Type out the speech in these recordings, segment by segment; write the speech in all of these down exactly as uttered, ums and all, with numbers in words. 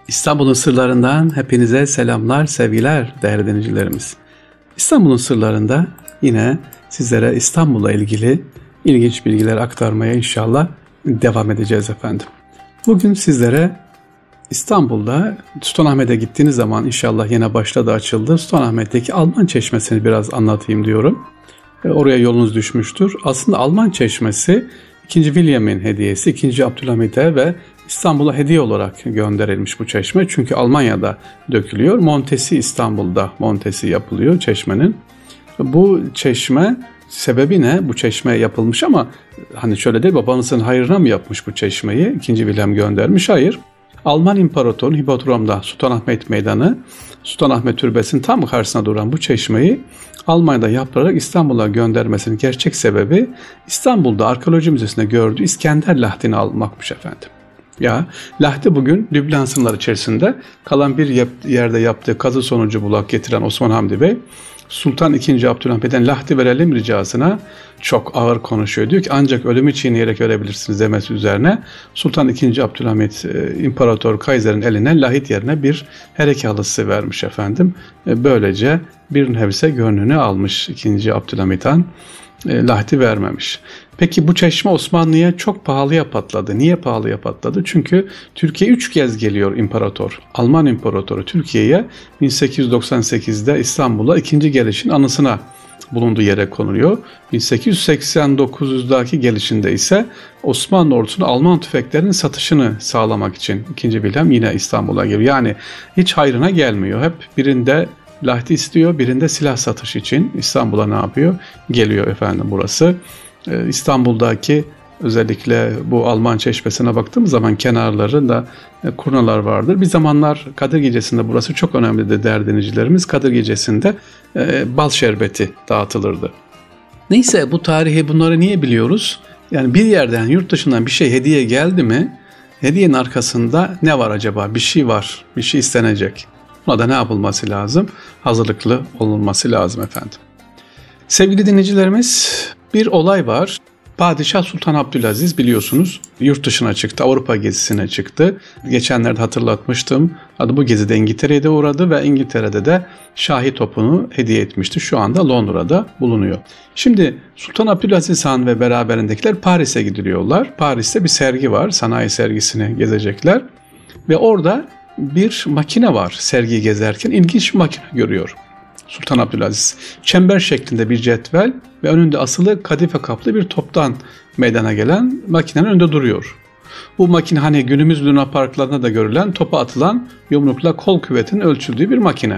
İstanbul'un sırlarından hepinize selamlar, sevgiler değerli dinleyicilerimiz. İstanbul'un sırlarında yine sizlere İstanbul'la ilgili ilginç bilgiler aktarmaya inşallah devam edeceğiz efendim. Bugün sizlere İstanbul'da Sultanahmet'e gittiğiniz zaman inşallah yine başladı, açıldı. Sultanahmet'teki Alman Çeşmesi'ni biraz anlatayım diyorum. Oraya yolunuz düşmüştür. Aslında Alman Çeşmesi ikinci. William'in hediyesi, ikinci. Abdülhamit'e ve İstanbul'a hediye olarak gönderilmiş bu çeşme. Çünkü Almanya'da dökülüyor. Montesi İstanbul'da Montesi yapılıyor çeşmenin. Bu çeşme sebebi ne? Bu çeşme yapılmış ama hani şöyle değil, babanızın hayrına mı yapmış bu çeşmeyi? ikinci. William göndermiş. Hayır. Alman İmparatoru Hipodrom'da Sultanahmet Meydanı, Sultanahmet Türbesi'nin tam karşısına duran bu çeşmeyi Almanya'da yaptırarak İstanbul'a göndermesinin gerçek sebebi İstanbul'da Arkeoloji Müzesi'nde gördüğü İskender Lahdi'ni almakmış efendim. Ya Lahdi bugün Lübnan sınırları içerisinde kalan bir yerde yaptığı kazı sonucu bulak getiren Osman Hamdi Bey, Sultan ikinci. Abdülhamit'ten Lahdi verelim ricasına çok ağır konuşuyor. Diyor ki ancak ölümü çiğneyerek ölebilirsiniz demesi üzerine Sultan ikinci. Abdülhamit İmparator Kaiser'in eline lahit yerine bir hereke halısı vermiş efendim. Böylece bir nebze gönlünü almış ikinci. Abdülhamit Han. Lahdi vermemiş. Peki bu çeşme Osmanlı'ya çok pahalıya patladı. Niye pahalıya patladı? Çünkü Türkiye üç kez geliyor imparator. Alman imparatoru Türkiye'ye bin sekiz yüz doksan sekizde İstanbul'a ikinci gelişin anısına bulunduğu yere konuluyor. bin sekiz yüz seksen dokuzdaki gelişinde ise Osmanlı ordusuna Alman tüfeklerinin satışını sağlamak için ikinci. Wilhelm yine İstanbul'a geliyor. Yani hiç hayrına gelmiyor. Hep birinde lahdi istiyor, birinde silah satış için İstanbul'a ne yapıyor? Geliyor efendim burası. Ee, İstanbul'daki özellikle bu Alman Çeşmesi'ne baktığımız zaman kenarlarında e, kurnalar vardır. Bir zamanlar Kadir Gecesi'nde burası çok önemlidir değerli dinleyicilerimiz. Kadir Gecesi'nde e, bal şerbeti dağıtılırdı. Neyse bu tarihi bunları niye biliyoruz? Yani bir yerden yurt dışından bir şey hediye geldi mi hediyenin arkasında ne var acaba? Bir şey var, bir şey istenecek. Buna da ne yapılması lazım? Hazırlıklı olunması lazım efendim. Sevgili dinleyicilerimiz, bir olay var. Padişah Sultan Abdülaziz biliyorsunuz yurt dışına çıktı, Avrupa gezisine çıktı. Geçenlerde hatırlatmıştım. Adı bu gezide İngiltere'ye de uğradı ve İngiltere'de de Şahi topunu hediye etmişti. Şu anda Londra'da bulunuyor. Şimdi Sultan Abdülaziz Han ve beraberindekiler Paris'e gidiliyorlar. Paris'te bir sergi var, sanayi sergisini gezecekler ve orada bir makine var sergiyi gezerken. İlginç bir makine görüyor Sultan Abdülaziz. Çember şeklinde bir cetvel ve önünde asılı kadife kaplı bir toptan meydana gelen makinenin önünde duruyor. Bu makine hani günümüz Luna Parklarında da görülen topa atılan yumrukla kol kuvvetinin ölçüldüğü bir makine.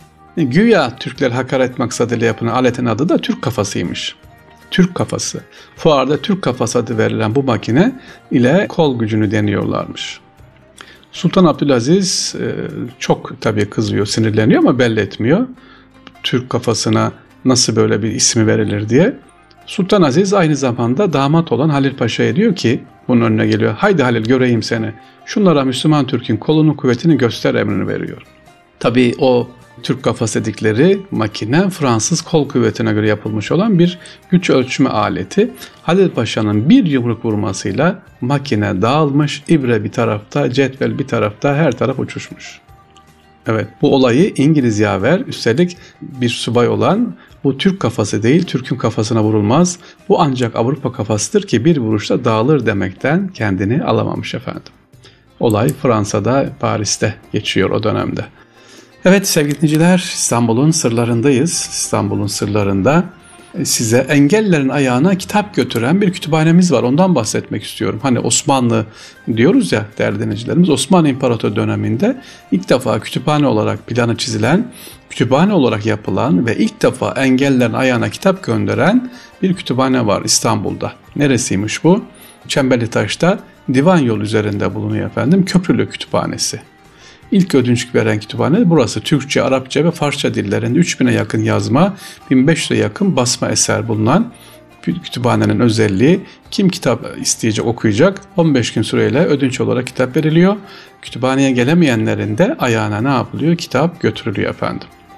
Güya Türkler hakaret maksadıyla yapılan aletin adı da Türk kafasıymış. Türk kafası. Fuarda Türk kafası adı verilen bu makine ile kol gücünü deniyorlarmış. Sultan Abdülaziz çok tabii kızıyor, sinirleniyor ama belli etmiyor. Türk kafasına nasıl böyle bir ismi verilir diye. Sultan Aziz aynı zamanda damat olan Halil Paşa'ya diyor ki, bunun önüne geliyor. Haydi Halil göreyim seni. Şunlara Müslüman Türk'ün kolunu kuvvetini göster emrini veriyor. Tabii o Türk kafası dedikleri makine Fransız kol kuvvetine göre yapılmış olan bir güç ölçme aleti. Halil Paşa'nın bir yumruk vurmasıyla makine dağılmış, ibre bir tarafta, cetvel bir tarafta, her taraf uçuşmuş. Evet, bu olayı İngiliz yaver, üstelik bir subay olan, bu Türk kafası değil, Türk'ün kafasına vurulmaz, bu ancak Avrupa kafasıdır ki bir vuruşta dağılır demekten kendini alamamış efendim. Olay Fransa'da, Paris'te geçiyor o dönemde. Evet sevgili dinleyiciler, İstanbul'un sırlarındayız. İstanbul'un sırlarında size engellilerin ayağına kitap götüren bir kütüphanemiz var. Ondan bahsetmek istiyorum. Hani Osmanlı diyoruz ya değerli dinleyicilerimiz. Osmanlı İmparator döneminde ilk defa kütüphane olarak planı çizilen, kütüphane olarak yapılan ve ilk defa engellilerin ayağına kitap gönderen bir kütüphane var İstanbul'da. Neresiymiş bu? Çemberlitaş'ta Divan Yolu üzerinde bulunuyor efendim. Köprülü Kütüphanesi. İlk ödünç veren kütüphane burası. Türkçe, Arapça ve Farsça dillerinde üç bine yakın yazma, bin beş yüze yakın basma eser bulunan kütüphanenin özelliği, kim kitap isteyecek, okuyacak, on beş gün süreyle ödünç olarak kitap veriliyor. Kütüphaneye gelemeyenlerin de ayağına ne yapılıyor? Kitap götürülüyor efendim.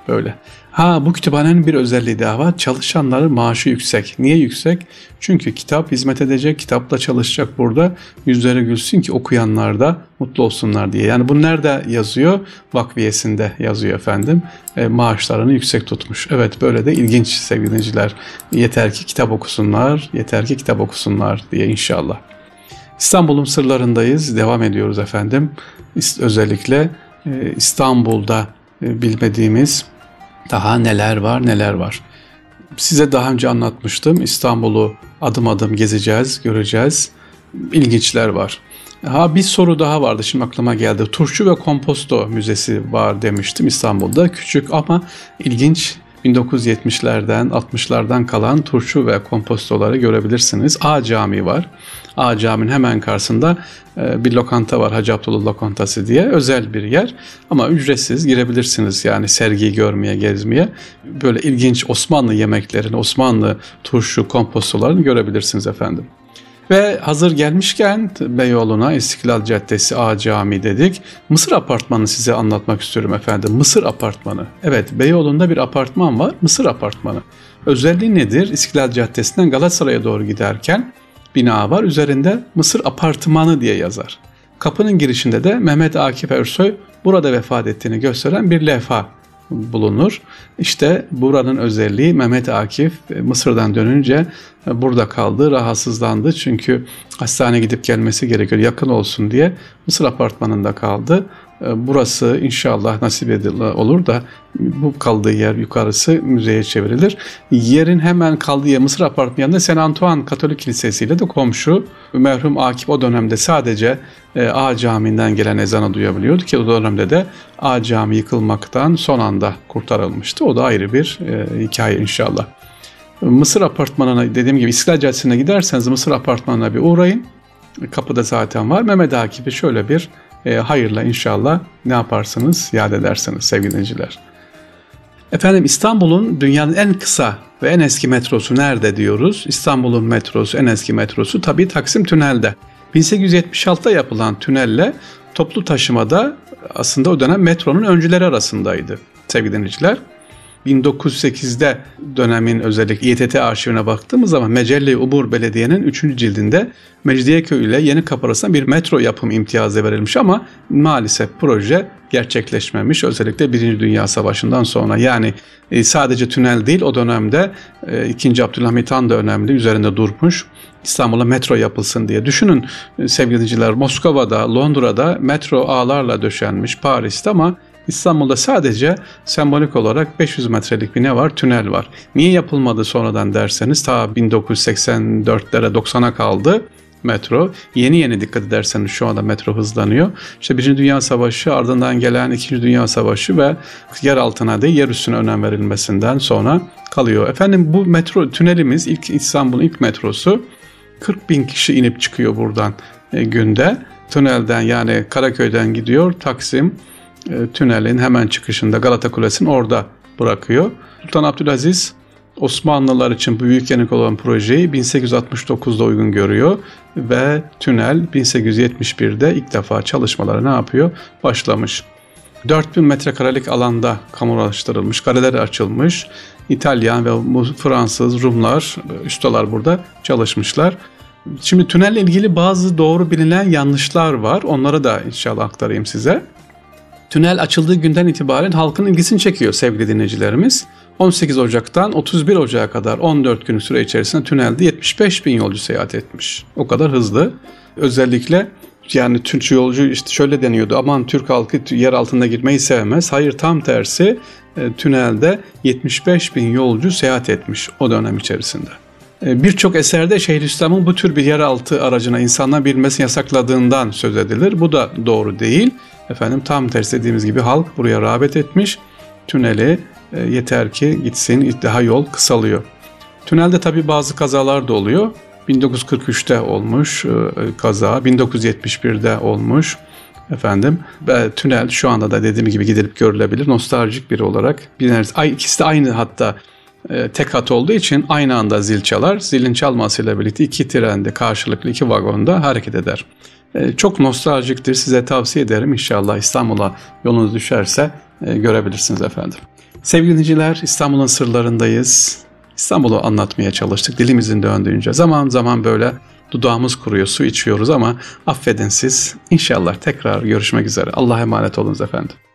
Böyle. Ha, bu kütüphanenin bir özelliği daha var. Çalışanların maaşı yüksek. Niye yüksek? Çünkü kitap hizmet edecek, kitapla çalışacak burada. Yüzleri gülsün ki okuyanlar da mutlu olsunlar diye. Yani bu nerede yazıyor? Vakfiyesinde yazıyor efendim. E, maaşlarını yüksek tutmuş. Evet, böyle de ilginç sevgili dinleyiciler. Yeter ki kitap okusunlar, yeter ki kitap okusunlar diye inşallah. İstanbul'un sırlarındayız. Devam ediyoruz efendim. Özellikle e, İstanbul'da e, bilmediğimiz daha neler var neler var. Size daha önce anlatmıştım. İstanbul'u adım adım gezeceğiz, göreceğiz. İlginçler var. Ha, bir soru daha vardı, şimdi aklıma geldi. Turşu ve Komposto Müzesi var demiştim İstanbul'da. Küçük ama ilginç, bin dokuz yüz yetmişlerden altmışlardan kalan turşu ve kompostoları görebilirsiniz. A Camii var. A Cami'nin hemen karşısında bir lokanta var, Hacı Abdullah Lokantası diye, özel bir yer ama ücretsiz girebilirsiniz yani sergiyi görmeye, gezmeye. Böyle ilginç Osmanlı yemeklerini, Osmanlı turşu kompostolarını görebilirsiniz efendim. Ve hazır gelmişken Beyoğlu'na, İstiklal Caddesi, A Camii dedik. Mısır Apartmanı size anlatmak istiyorum efendim. Mısır Apartmanı. Evet, Beyoğlu'nda bir apartman var, Mısır Apartmanı. Özelliği nedir? İstiklal Caddesi'nden Galatasaray'a doğru giderken bina var. Üzerinde Mısır Apartmanı diye yazar. Kapının girişinde de Mehmet Akif Ersoy burada vefat ettiğini gösteren bir levha bulunur. İşte buranın özelliği, Mehmet Akif Mısır'dan dönünce burada kaldı, rahatsızlandı. Çünkü hastaneye gidip gelmesi gerekiyor, yakın olsun diye Mısır Apartmanı'nda kaldı. Burası inşallah nasip edilir olur da bu kaldığı yer yukarısı müzeye çevrilir. Yerin hemen kaldığı yer Mısır Apartmanı'nda Saint Antoine Katolik Kilisesi ile de komşu. Merhum Akif o dönemde sadece A Camii'nden gelen ezanı duyabiliyordu ki o dönemde de A Camii yıkılmaktan son anda kurtarılmıştı. O da ayrı bir e, hikaye inşallah. Mısır Apartmanı'na, dediğim gibi İstiklal Caddesi'ne giderseniz Mısır Apartmanı'na bir uğrayın. Kapıda zaten var. Mehmet Akif'i şöyle bir e, hayırla inşallah ne yaparsınız, yad edersiniz sevgili dinleyiciler. Efendim, İstanbul'un dünyanın en kısa ve en eski metrosu nerede diyoruz? İstanbul'un metrosu, en eski metrosu tabii Taksim Tünel'de. bin sekiz yüz yetmiş altıda yapılan tünelle toplu taşımada aslında o dönem metronun öncüleri arasındaydı sevgili dinleyiciler. bin dokuz yüz sekizde dönemin özellikle İETT arşivine baktığımız zaman Mecelle-i Ubur Belediye'nin üçüncü cildinde Mecidiyeköy ile Yenikapı arasında bir metro yapım imtiyazı verilmiş ama maalesef proje gerçekleşmemiş. Özellikle Birinci Dünya Savaşı'ndan sonra, yani sadece tünel değil, o dönemde ikinci. Abdülhamit Han da önemli, üzerinde durmuş. İstanbul'a metro yapılsın diye. Düşünün sevgili dinleyiciler, Moskova'da, Londra'da metro ağlarla döşenmiş, Paris'te, ama İstanbul'da sadece sembolik olarak beş yüz metrelik bir ne var? Tünel var. Niye yapılmadı sonradan derseniz, ta bin dokuz yüz seksen dörtlere doksana kaldı metro. Yeni yeni dikkat ederseniz şu anda metro hızlanıyor. İşte Birinci Dünya Savaşı, ardından gelen İkinci Dünya Savaşı ve yer altına değil yer üstüne önem verilmesinden sonra kalıyor. Efendim, bu metro tünelimiz, ilk İstanbul'un ilk metrosu, kırk bin kişi inip çıkıyor buradan e, günde. Tünelden, yani Karaköy'den gidiyor, Taksim e, tünelin hemen çıkışında Galata Kulesi'nin orada bırakıyor. Sultan Abdülaziz Osmanlılar için bu büyük yenik olan projeyi bin sekiz yüz altmış dokuzda uygun görüyor ve tünel bin sekiz yüz yetmiş birde ilk defa çalışmaları ne yapıyor? Başlamış. dört bin metrekarelik alanda kamulaştırılmış, galeleri açılmış. İtalyan ve Fransız, Rumlar, ustalar burada çalışmışlar. Şimdi tünelle ilgili bazı doğru bilinen yanlışlar var. Onları da inşallah aktarayım size. Tünel açıldığı günden itibaren halkın ilgisini çekiyor sevgili dinleyicilerimiz. on sekiz Ocak'tan otuz bir Ocak'a kadar on dört gün süre içerisinde tünelde yetmiş beş bin yolcu seyahat etmiş. O kadar hızlı. Özellikle yani Türk yolcu, işte şöyle deniyordu, aman Türk halkı yer altında girmeyi sevmez. Hayır, tam tersi, e, tünelde yetmiş beş bin yolcu seyahat etmiş o dönem içerisinde. E, Birçok eserde Şeyhülislam'ın bu tür bir yeraltı aracına insanlar binmesini yasakladığından söz edilir. Bu da doğru değil. Efendim, tam tersi, dediğimiz gibi halk buraya rağbet etmiş. Tüneli e, yeter ki gitsin, daha yol kısalıyor. Tünelde tabii bazı kazalar da oluyor. bin dokuz yüz kırk üçte olmuş e, kaza, bin dokuz yüz yetmiş birde olmuş. Efendim, ve tünel şu anda da dediğim gibi gidilip görülebilir. Nostaljik biri olarak bineriz. Ay, ikisi de aynı, hatta e, tek hat olduğu için aynı anda zil çalar. Zilin çalmasıyla birlikte iki trende, karşılıklı iki vagonda hareket eder. E, çok nostaljiktir. Size tavsiye ederim. İnşallah İstanbul'a yolunuz düşerse e, görebilirsiniz efendim. Sevgili dinleyiciler, İstanbul'un sırlarındayız. İstanbul'u anlatmaya çalıştık dilimizin döndüğünce. Zaman zaman böyle dudağımız kuruyor, su içiyoruz ama affedin siz. İnşallah tekrar görüşmek üzere. Allah'a emanet olunuz efendim.